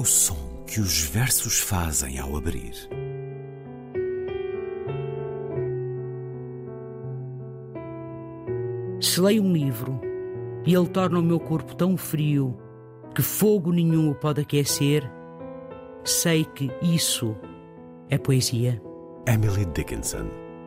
O som que os versos fazem ao abrir. Se leio um livro e ele torna o meu corpo tão frio que fogo nenhum o pode aquecer, sei que isso é poesia. Emily Dickinson.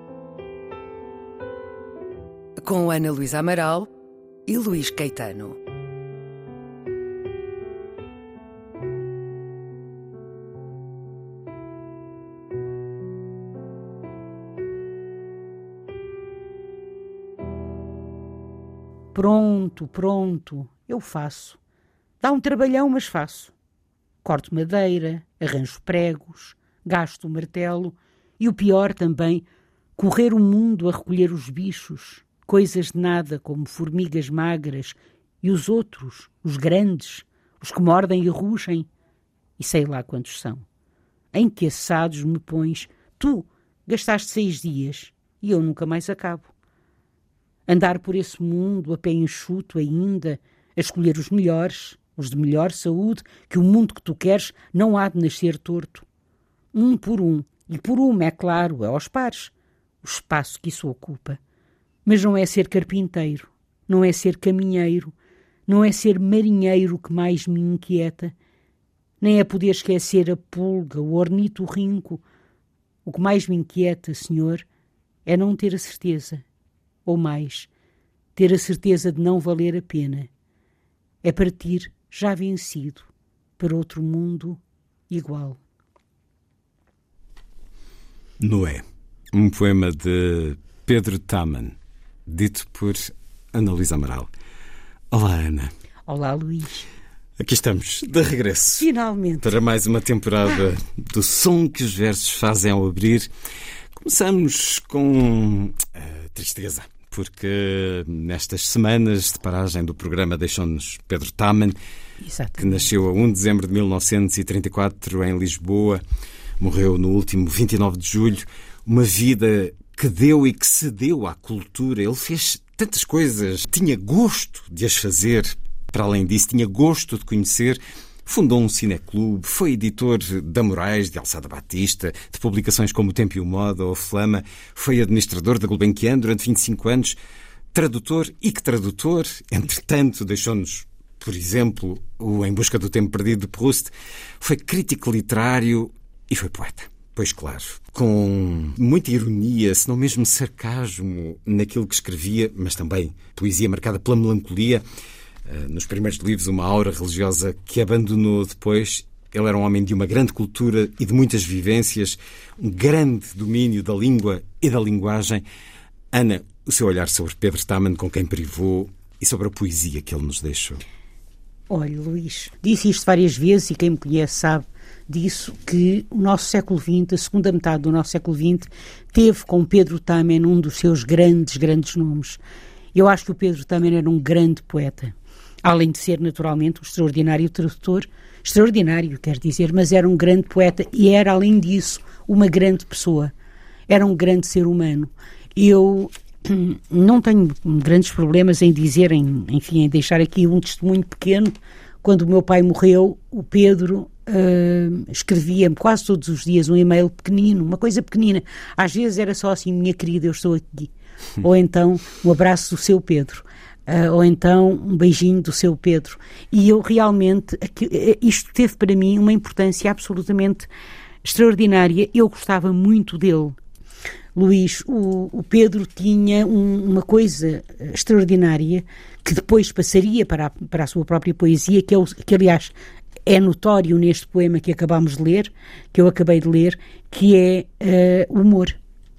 Com Ana Luísa Amaral e Luís Caetano. Pronto, eu faço. Dá um trabalhão, mas faço. Corto madeira, arranjo pregos, gasto o martelo e o pior também, correr o mundo a recolher os bichos, coisas de nada como formigas magras e os outros, os grandes, os que mordem e rugem, e sei lá quantos são. Em que assados me pões? Tu gastaste 6 dias e eu nunca mais acabo. Andar por esse mundo a pé enxuto ainda, a escolher os melhores, os de melhor saúde, que o mundo que tu queres não há de nascer torto. Um por um, e por uma, é claro, é aos pares, o espaço que isso ocupa. Mas não é ser carpinteiro, não é ser caminheiro, não é ser marinheiro que mais me inquieta, nem é poder esquecer a pulga, o ornitorrinco. O que mais me inquieta, senhor, é não ter a certeza. Ou mais, ter a certeza de não valer a pena. É partir já vencido para outro mundo igual. Noé, um poema de Pedro Taman, dito por Ana Luísa Amaral. Olá, Ana. Olá, Luís. Aqui estamos, de regresso. Finalmente. Para mais uma temporada do som que os versos fazem ao abrir. Começamos com tristeza, porque nestas semanas de paragem do programa deixou-nos Pedro Taman, que nasceu a 1 de dezembro de 1934 em Lisboa, morreu no último 29 de julho, uma vida que deu e que se deu à cultura. Ele fez tantas coisas, tinha gosto de as fazer, para além disso, tinha gosto de conhecer. Fundou um cineclube, foi editor de Amorais, de Alçada Batista, de publicações como O Tempo e o Moda ou Flama, foi administrador da Gulbenkian durante 25 anos, tradutor e que tradutor. Entretanto, deixou-nos, por exemplo, o Em Busca do Tempo Perdido de Proust, foi crítico literário e foi poeta. Pois claro, com muita ironia, se não mesmo sarcasmo naquilo que escrevia, mas também poesia marcada pela melancolia. Nos primeiros livros, uma aura religiosa que abandonou depois. Ele era um homem de uma grande cultura e de muitas vivências, um grande domínio da língua e da linguagem. Ana, o seu olhar sobre Pedro Taman, com quem privou, e sobre a poesia que ele nos deixou. Olha, Luís, disse isto várias vezes e quem me conhece sabe disso, que o nosso século XX, a segunda metade do nosso século XX, teve com Pedro Taman um dos seus grandes nomes. Eu acho que o Pedro Taman era um grande poeta. Além de ser, naturalmente, um extraordinário tradutor, extraordinário, quer dizer, mas era um grande poeta e era, além disso, uma grande pessoa. Era um grande ser humano. Eu não tenho grandes problemas em dizer, em deixar aqui um testemunho pequeno. Quando o meu pai morreu, o Pedro escrevia-me quase todos os dias um e-mail pequenino, uma coisa pequenina. Às vezes era só assim, minha querida, eu estou aqui. Ou então, um abraço do seu Pedro. Ou então um beijinho do seu Pedro. E eu realmente, isto teve para mim uma importância absolutamente extraordinária. Eu gostava muito dele. Luís, o Pedro tinha uma coisa extraordinária que depois passaria para a sua própria poesia, que aliás é notório neste poema que acabámos de ler, que eu acabei de ler, que é o humor.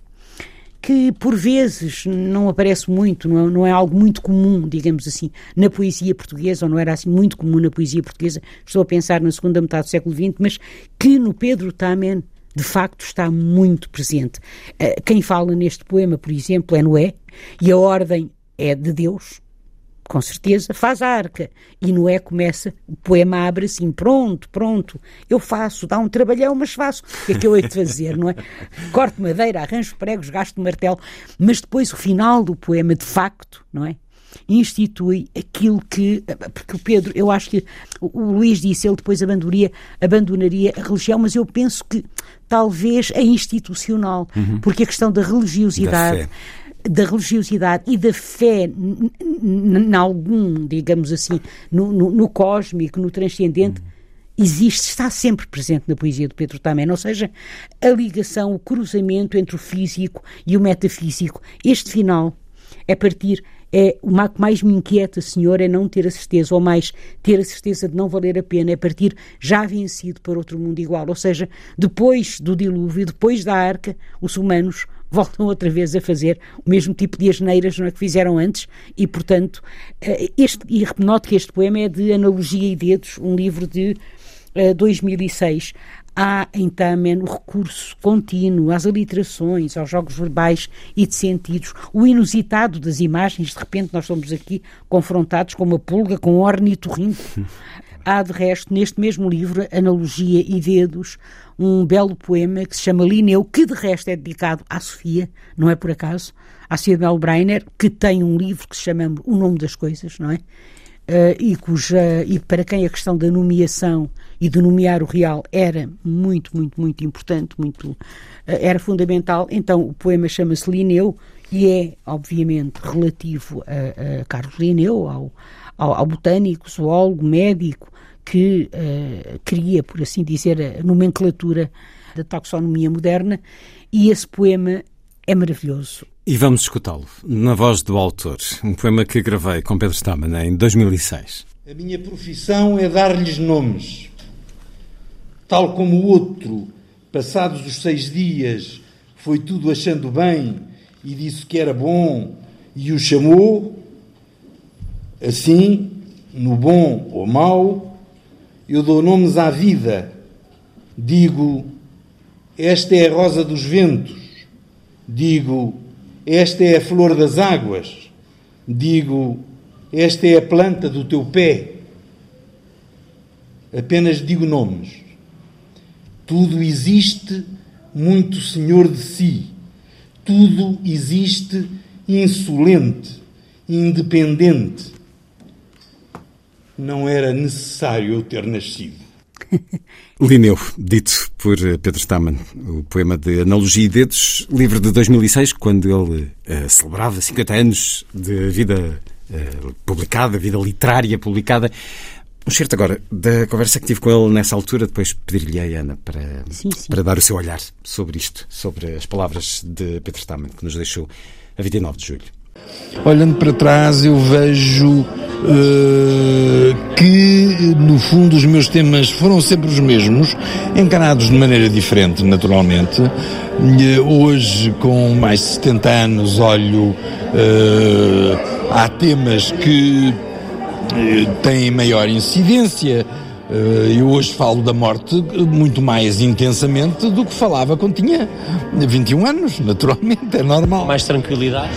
Que por vezes não aparece muito, não é algo muito comum, digamos assim, na poesia portuguesa, ou não era assim muito comum na poesia portuguesa, estou a pensar na segunda metade do século XX, mas que no Pedro Taman, de facto, está muito presente. Quem fala neste poema, por exemplo, é Noé, e a ordem é de Deus, com certeza, faz a arca. E Noé começa, o poema abre assim, pronto, eu faço, dá um trabalhão, mas faço. O que é que eu hei de fazer, não é? Corto madeira, arranjo pregos, gasto martelo. Mas depois o final do poema, de facto, não é? institui aquilo que... Porque o Pedro, eu acho que o Luís disse, ele depois abandonaria a religião, mas eu penso que talvez a institucional, porque a questão da religiosidade e da fé em algum, digamos assim, no cósmico, no transcendente, está sempre presente na poesia do Pedro Tamen, ou seja, a ligação, o cruzamento entre o físico e o metafísico. Este final o que mais me inquieta, Senhor, é não ter a certeza, ou mais ter a certeza de não valer a pena, é partir já vencido para outro mundo igual. Ou seja, depois do dilúvio, depois da arca, os humanos voltam outra vez a fazer o mesmo tipo de asneiras, não é, que fizeram antes, e portanto, note que este poema é de Analogia e Dedos, um livro de 2006. Há em Tamen o recurso contínuo às aliterações, aos jogos verbais e de sentidos, o inusitado das imagens. De repente nós somos aqui confrontados com uma pulga, com um ornitorrinco. Há, de resto, neste mesmo livro, Analogia e Dedos, um belo poema que se chama Linneu, que de resto é dedicado à Sofia, não é por acaso, à Sofia de Melo Breiner, que tem um livro que se chama O Nome das Coisas, não é? E para quem a questão da nomeação e de nomear o real era muito, muito, muito importante, era fundamental. Então o poema chama-se Linneu e é, obviamente, relativo a Carlos Linneu, ao botânico, zoólogo, médico, que cria, por assim dizer, a nomenclatura da taxonomia moderna, e esse poema é maravilhoso. E vamos escutá-lo, na voz do autor, um poema que gravei com Pedro Tamen em 2006. A minha profissão é dar-lhes nomes. Tal como o outro, passados os 6 dias, foi tudo achando bem e disse que era bom e o chamou, assim, no bom ou mau, eu dou nomes à vida. Digo, esta é a rosa dos ventos. Digo, esta é a flor das águas. Digo, esta é a planta do teu pé. Apenas digo nomes. Tudo existe muito senhor de si. Tudo existe insolente, independente. Não era necessário eu ter nascido. Linneu, dito por Pedro Tamen, o poema de Analogia e Dedos, livro de 2006, quando ele celebrava 50 anos de vida publicada, vida literária publicada. Um certo agora da conversa que tive com ele nessa altura, depois pedir-lhe a Ana para dar o seu olhar sobre isto, sobre as palavras de Pedro Tamen, que nos deixou a 29 de julho. Olhando para trás, eu vejo que, no fundo, os meus temas foram sempre os mesmos, encarados de maneira diferente, naturalmente. Hoje, com mais de 70 anos, olho, há temas que têm maior incidência. Eu hoje falo da morte muito mais intensamente do que falava quando tinha 21 anos, naturalmente, é normal. Mais tranquilidade?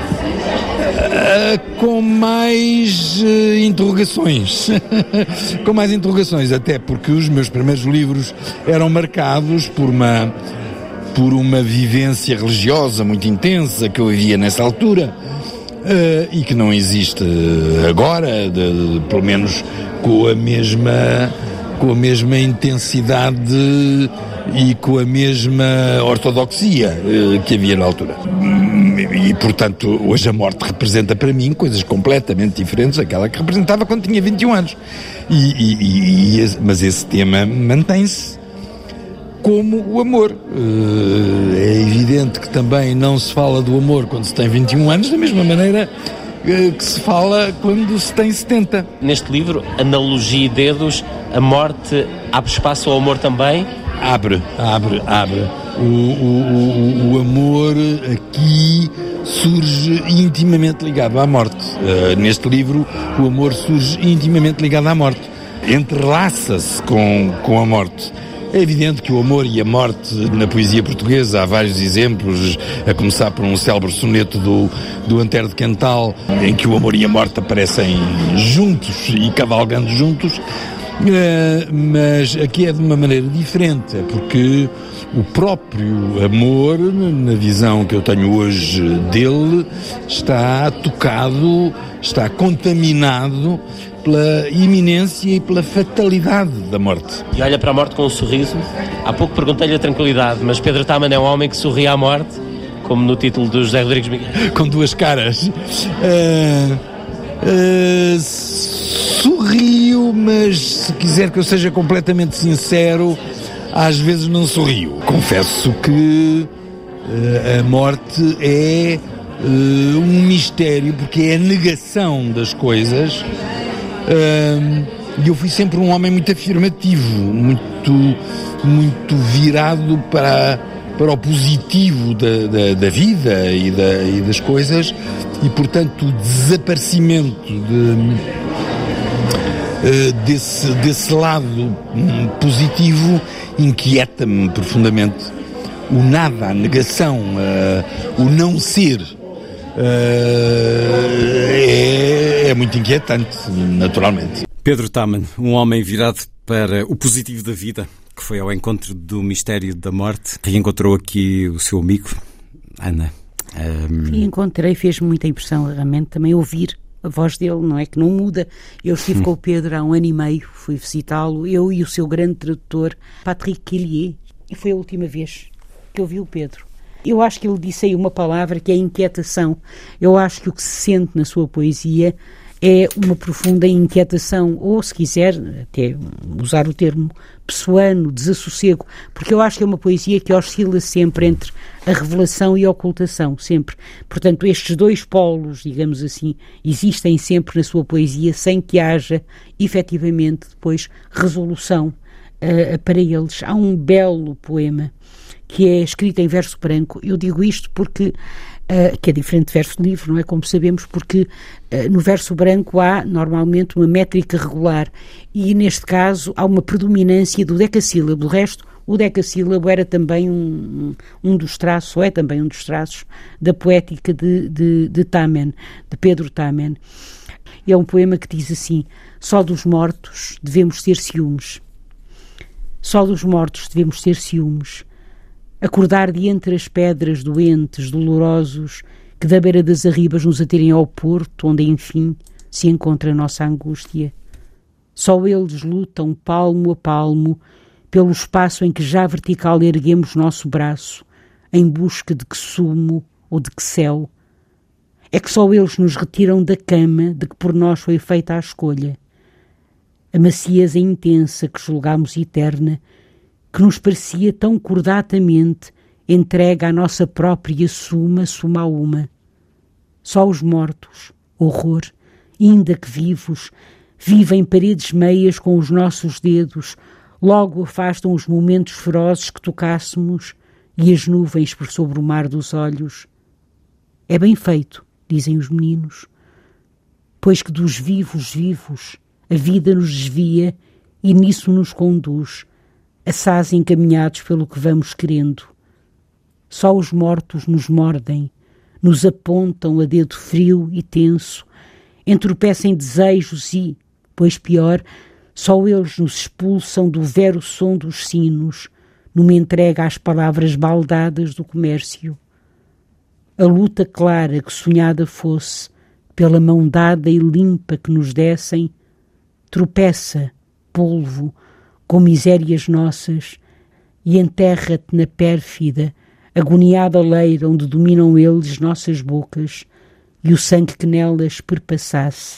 Com mais interrogações. Com mais interrogações, até porque os meus primeiros livros eram marcados por uma vivência religiosa muito intensa que eu vivia nessa altura. E que não existe agora, pelo menos com a mesma intensidade e com a mesma ortodoxia que havia na altura. E, portanto, hoje a morte representa para mim coisas completamente diferentes daquela que representava quando tinha 21 anos. Mas esse tema mantém-se. Como o amor. É evidente que também não se fala do amor quando se tem 21 anos, da mesma maneira que se fala quando se tem 70. Neste livro, Analogia e Dedos, a morte abre espaço ao amor também? Abre. O amor aqui surge intimamente ligado à morte. Neste livro, o amor surge intimamente ligado à morte. Entrelaça-se com a morte. É evidente que o amor e a morte na poesia portuguesa, há vários exemplos, a começar por um célebre soneto do Antero de Quental, em que o amor e a morte aparecem juntos e cavalgando juntos, mas aqui é de uma maneira diferente, porque o próprio amor, na visão que eu tenho hoje dele, está tocado, está contaminado pela iminência e pela fatalidade da morte. E olha para a morte com um sorriso. Há pouco perguntei-lhe a tranquilidade, mas Pedro Taman é um homem que sorri à morte, como no título do José Rodrigues Miguel. Com duas caras. Sorrio, mas se quiser que eu seja completamente sincero, às vezes não sorrio. Confesso que a morte é um mistério, porque é a negação das coisas. E eu fui sempre um homem muito afirmativo, muito virado para o positivo da vida e das coisas, e portanto o desaparecimento desse lado positivo inquieta-me profundamente. O nada, a negação, o não ser é muito inquietante, naturalmente. Pedro Taman, um homem virado para o positivo da vida, que foi ao encontro do mistério da morte. Reencontrou aqui o seu amigo, Ana. Encontrei, fez-me muita impressão realmente também ouvir a voz dele, não é que não muda. Eu estive com o Pedro há 1 ano e meio, fui visitá-lo, eu e o seu grande tradutor, Patrick Quillier, e foi a última vez que eu vi o Pedro. Eu acho que ele disse aí uma palavra que é inquietação. Eu acho que o que se sente na sua poesia é uma profunda inquietação, ou se quiser, até usar o termo pessoano, desassossego, porque eu acho que é uma poesia que oscila sempre entre a revelação e a ocultação, sempre. Portanto, estes dois polos, digamos assim, existem sempre na sua poesia, sem que haja, efetivamente, depois, resolução para eles. Há um belo poema que é escrito em verso branco. Eu digo isto porque que é diferente de verso livre, não é? Como sabemos, porque no verso branco há normalmente uma métrica regular e neste caso há uma predominância do decassílabo. Do resto, o decassílabo era também um dos traços, ou é também um dos traços da poética de Taman, de Pedro Taman. É um poema que diz assim: só dos mortos devemos ter ciúmes. Só dos mortos devemos ter ciúmes. Acordar de entre as pedras doentes, dolorosos, que da beira das arribas nos atirem ao porto, onde enfim se encontra a nossa angústia. Só eles lutam palmo a palmo pelo espaço em que já vertical erguemos nosso braço, em busca de que sumo ou de que céu. É que só eles nos retiram da cama de que por nós foi feita a escolha. A macieza intensa que julgámos eterna, que nos parecia tão cordatamente entregue à nossa própria suma a uma. Só os mortos, horror, ainda que vivos, vivem paredes meias com os nossos dedos, logo afastam os momentos ferozes que tocássemos e as nuvens por sobre o mar dos olhos. É bem feito, dizem os meninos, pois que dos vivos a vida nos desvia e nisso nos conduz, assaz encaminhados pelo que vamos querendo. Só os mortos nos mordem, nos apontam a dedo frio e tenso, entorpecem desejos e, pois pior, só eles nos expulsam do vero som dos sinos, numa entrega às palavras baldadas do comércio. A luta clara que sonhada fosse, pela mão dada e limpa que nos dessem, tropeça, polvo, com misérias nossas, e enterra-te na pérfida, agoniada leira onde dominam eles nossas bocas e o sangue que nelas perpassasse.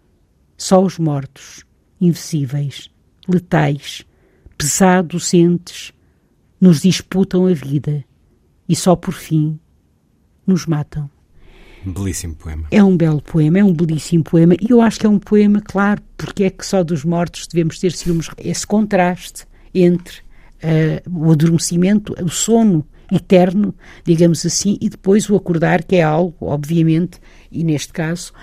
Só os mortos, invisíveis, letais, pesadocentes, nos disputam a vida e só por fim nos matam. Belíssimo poema. É um belo poema, é um belíssimo poema, e eu acho que é um poema, claro, porque é que só dos mortos devemos ter ciúmes. Esse contraste entre o adormecimento, o sono eterno, digamos assim, e depois o acordar, que é algo, obviamente, e neste caso,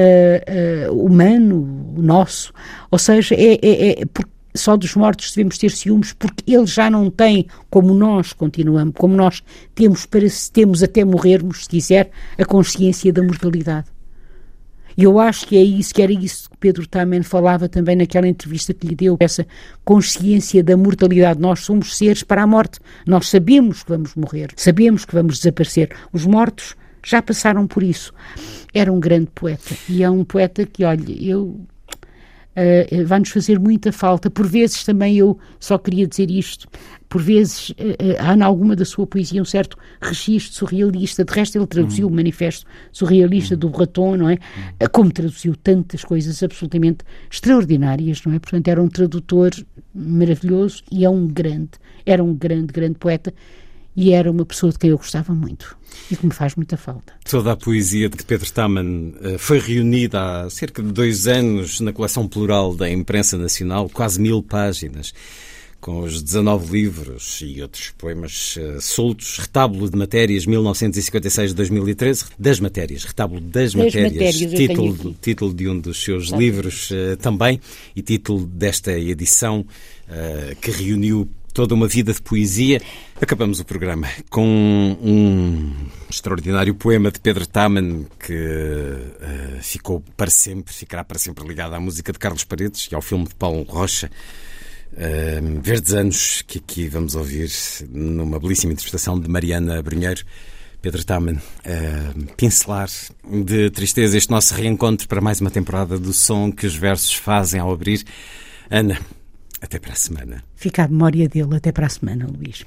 humano, nosso. Ou seja, porque só dos mortos devemos ter ciúmes, porque eles já não têm, como nós continuamos, como nós temos até morrermos, se quiser, a consciência da mortalidade. E eu acho que era isso que Pedro Taman falava também naquela entrevista que lhe deu, essa consciência da mortalidade. Nós somos seres para a morte, nós sabemos que vamos morrer, sabemos que vamos desaparecer. Os mortos já passaram por isso. Era um grande poeta, e é um poeta que, olha, vai-nos fazer muita falta. Por vezes também eu só queria dizer isto, por vezes há em alguma da sua poesia um certo registro surrealista. De resto ele traduziu o Manifesto Surrealista do Breton, não é? Como traduziu tantas coisas absolutamente extraordinárias, não é? Portanto era um tradutor maravilhoso e era um grande poeta, e era uma pessoa de quem eu gostava muito e que me faz muita falta. Toda a poesia de Pedro Taman foi reunida há cerca de 2 anos na coleção plural da Imprensa Nacional, quase 1000 páginas, com os 19 livros e outros poemas soltos. Retábulo de Matérias, 1956-2013. Das Matérias, Retábulo das Matérias, título de um dos seus livros também, e título desta edição que reuniu toda uma vida de poesia. Acabamos o programa com um extraordinário poema de Pedro Taman que ficará para sempre ligado à música de Carlos Paredes e ao filme de Paulo Rocha, Verdes Anos, que aqui vamos ouvir numa belíssima interpretação de Mariana Brunheiro. Pedro Taman, pincelar de tristeza este nosso reencontro para mais uma temporada do som que os versos fazem ao abrir. Ana, até para a semana. Fica a memória dele. Até para a semana, Luís.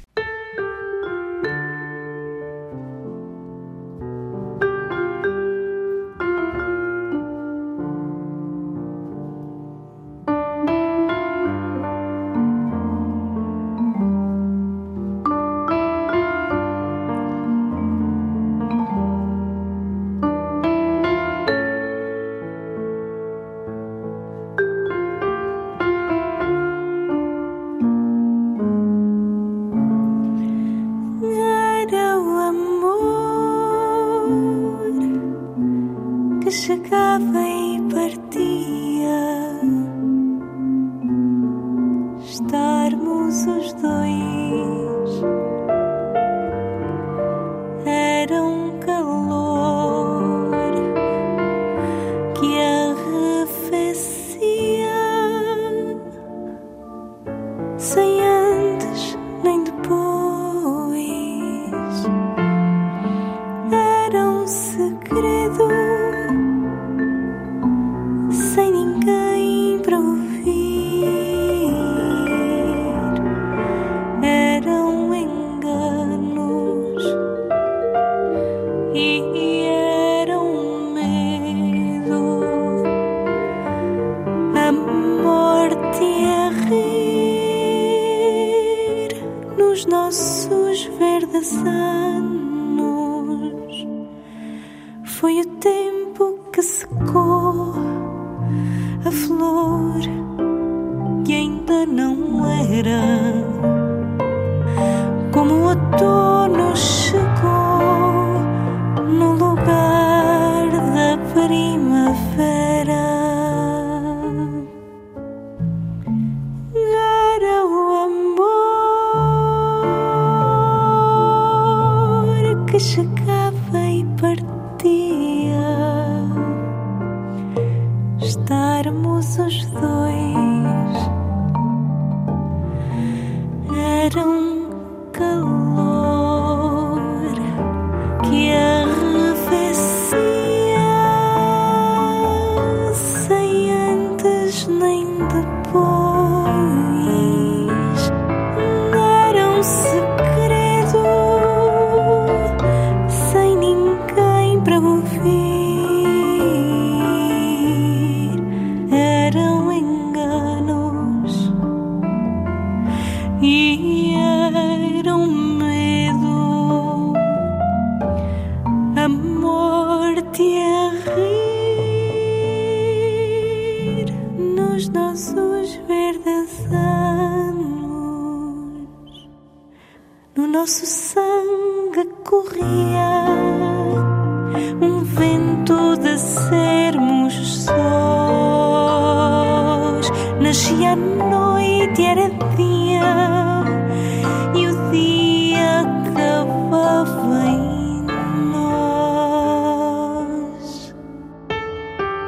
Chegava e partia, estarmos os dois, era um calor que arrefecia, sem antes nem depois, era um segredo sem ninguém para ouvir, eram enganos e eram medo, a morte a rir nos nossos verdes anos. Foi o tempo que secou a flor que ainda não era, como o outono chegou no lugar da primavera. Era o amor que chegava e partia, estarmos os dois, era um calor que arrefecia, sem antes nem depois, era um segredo, sem ninguém para ouvir, eram enganos e eram medo, a morte a rir nos nossos verdes anos. No nosso sangue corria um vento de sermos sós. Nascia a noite e era dia, e o dia acabava em nós.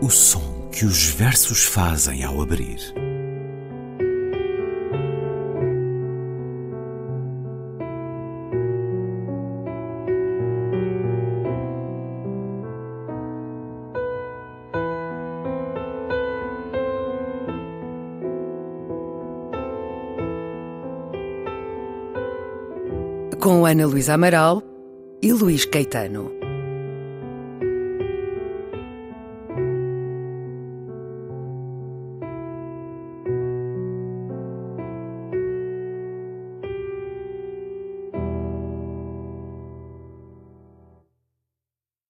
o som que os versos fazem ao abrir. Com Ana Luísa Amaral e Luís Caetano.